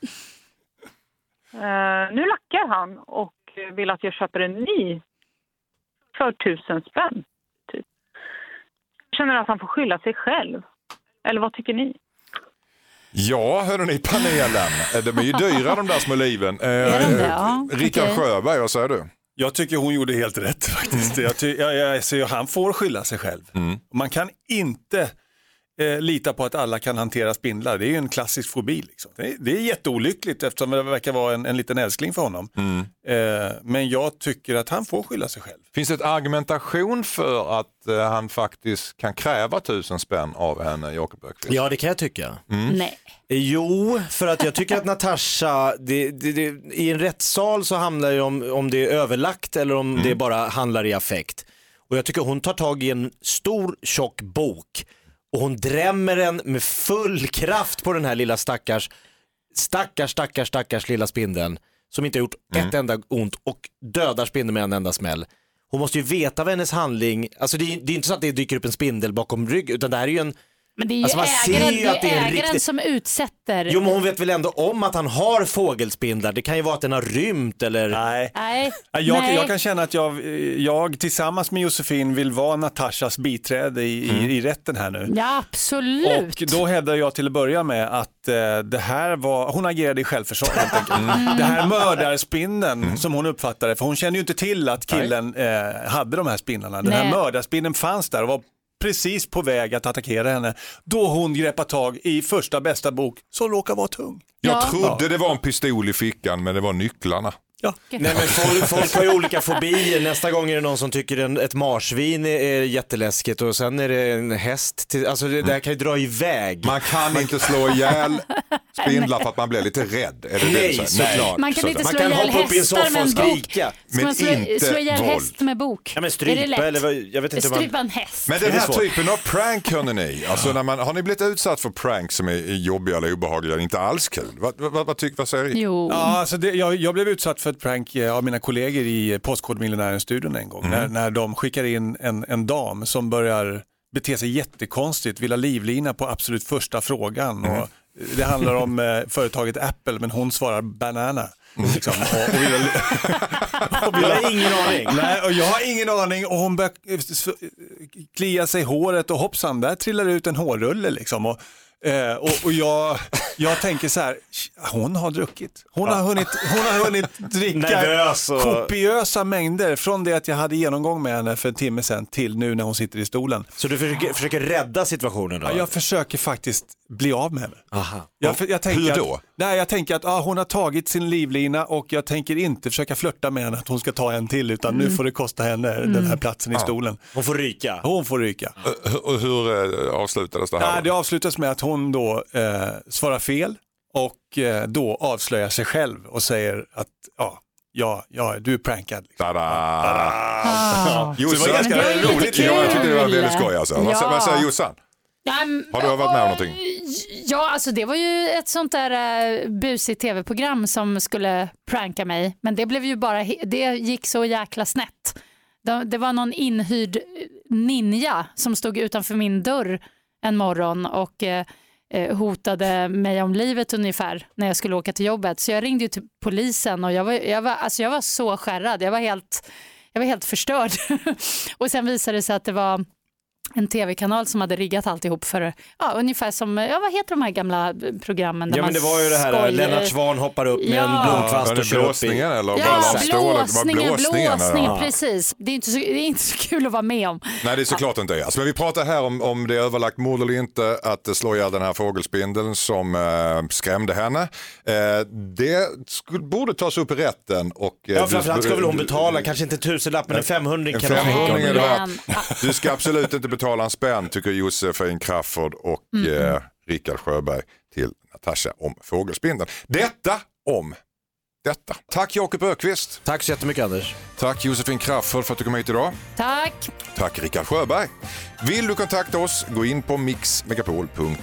Uh, nu lackar han och vill att jag köper en ny för tusen spänn. Typ. Jag känner att han får skylla sig själv. Eller vad tycker ni? Ja, hörde ni panelen. De är ju dyra de där små liven. Uh, ja. Rickard okay. Sjöberg, vad säger du? Jag tycker hon gjorde helt rätt faktiskt. Jag ty- jag, jag, jag, han får skylla sig själv. Mm. Man kan inte... Eh, lita på att alla kan hantera spindlar. Det är ju en klassisk fobi. Liksom. Det, är, det är jätteolyckligt eftersom det verkar vara en, en liten älskling för honom. Mm. Eh, men jag tycker att han får skylla sig själv. Finns det ett argumentation för att eh, han faktiskt kan kräva tusen spänn av henne, Jakob Ökvist? Ja, det kan jag tycka. Mm. Nej. Jo, för att jag tycker att Natasha, det, det, det, i en rättssal så handlar det om, om det är överlagt eller om mm. det bara handlar i affekt. Och jag tycker hon tar tag i en stor, tjock bok. Och hon drämmer den med full kraft på den här lilla stackars, stackars, stackars, stackars lilla spindeln som inte har gjort mm. ett enda ont och dödar spindeln med en enda smäll. Hon måste ju veta vad hennes handling, alltså det är, det är inte så att det dyker upp en spindel bakom rygg, utan det här är ju en Men det är ju Alltså, man ägaren, ser ju att det är en ägaren riktig... som utsätter. Jo, men hon vet väl ändå om att han har fågelspindlar. Det kan ju vara att den har rymt eller... Nej. Nej. Jag, Nej. jag kan känna att jag, jag tillsammans med Josefin vill vara Natashas biträde i, Mm. i, i rätten här nu. Ja, absolut. Och då hävdar jag till att börja med att eh, det här var, hon agerade i självförsvar helt enkelt. Mm. Det här mördarspinnen mm. som hon uppfattade, för hon kände ju inte till att killen eh, hade de här spinnarna. Den Nej. här mördarspinnen fanns där och var precis på väg att attackera henne. Då hon greppar tag i första bästa bok som råkar vara tung. Jag Ja. trodde Ja. det var en pistol i fickan, men det var nycklarna. Ja. Nej, men folk, folk har ju olika fobier. Nästa gång är det någon som tycker en, ett marsvin är, är jätteläskigt och sen är det en häst. Till, alltså det där kan ju dra iväg. Man kan inte slå ihjäl spindlar för att man blir lite rädd. Är det Nej, det du säger? såklart. Man kan så inte Man slå kan ihjäl hoppa upp i en hästar soffa med en och bok. skrika. Ska Men man slå, inte slå ihjäl våld. häst med bok? Ja, men Är det strypa lätt? eller vad, jag vet inte hur man... Strypa en häst. Men den Det är här svårt. typen av prank, hörni ni, alltså när man, har ni blivit utsatt för prank som är jobbiga eller obehagliga, inte alls kul? Vad, vad, vad, tycker, vad säger ni? Jo. Ja, alltså det, jag, jag blev utsatt för ett prank av mina kollegor i Postkodmiljonären-studion en gång. Mm. När, när de skickar in en, en dam som börjar bete sig jättekonstigt, vill ha livlina på absolut första frågan. Mm. Och det handlar om eh, företaget Apple, men hon svarar banana. Mm. Liksom, och, och vill, och vill, Jag har ingen aning. Nej, och jag har ingen aning och hon börjar eh, klia sig i håret och hoppsan, där trillar ut en hårrulle liksom. Och, eh, och, och jag, jag tänker så här, hon har druckit. Hon har hunnit, hon har hunnit dricka Nervös och... kopiösa mängder från det att jag hade genomgång med henne för en timme sedan till nu när hon sitter i stolen. Så du försöker, försöker rädda situationen då? Ja, jag försöker faktiskt bli av med henne. Aha. Jag, jag tänker Hur att, då? Nej, jag tänker att ah, hon har tagit sin livlina och jag tänker inte försöka flirta med henne att hon ska ta en till, utan Mm. nu får det kosta henne Mm. den här platsen i stolen. Hon får ryka. Hon får ryka. Och hur, hur eh, avslutades det här? Ja, det avslutas med att hon då eh, svarar fel och eh, då avslöjar sig själv och säger att ja, ja, ja du är prankad. Liksom. Tada! Ah. Jossan, Så det var ganska Men det var ju roligt. lite ja, jag tyckte det var kul. väldigt skoj alltså. Vad, Ja. vad säger Jossan? Ja, men- Har du varit med om någonting? Ja, alltså det var ju ett sånt där uh, busigt tv-program som skulle pranka mig. Men det blev ju bara, he- det gick så jäkla snett. Det, det var någon inhyrd ninja som stod utanför min dörr en morgon och eh, eh, hotade mig om livet ungefär när jag skulle åka till jobbet. Så jag ringde ju till polisen och jag var, jag var, alltså jag var så skärrad. Jag var helt, jag var helt förstörd. Och sen visade det sig att det var en tv-kanal som hade riggat alltihop för, ja, ungefär som, ja, vad heter de här gamla programmen? Där Ja, men det var ju det här, skoj- Lennart Swahn hoppar upp med Ja. en blomkvast Var och det kör upp i... blåsningen eller? Ja, bara stål- var blåsningen, blåsningen, blåsning, ja. precis. Det är, inte så, det är inte så kul att vara med om. Nej, det är såklart inte. Alltså, men vi pratar här om, om det är överlagt mord eller inte, att slå ihjäl den här fågelspindeln som eh, skrämde henne. Eh, det skulle, borde tas upp i rätten. Och, eh, Ja, du- framförallt ska väl hon betala, kanske inte en tusenlapp men en femhundring En kan man femhundring skicka. är det värt. Men, Du ska absolut inte betala en spänn, tycker Josefin Crafoord och Mm. eh, Rickard Sjöberg till Natasha om fågelspindeln. Detta om detta. Tack Jakob Öqvist. Tack så jättemycket Anders. Tack Josefin Crafoord för att du kom hit idag. tack. Tack Rickard Sjöberg. Vill du kontakta oss, gå in på mix megapol punkt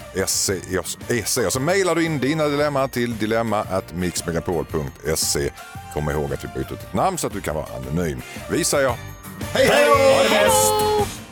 se och så mejlar du in dina dilemma till dilemma at mix megapol punkt se. Kom ihåg att vi byter ut ditt namn så att du kan vara anonym. Vi säger hej hej! Ha det bäst!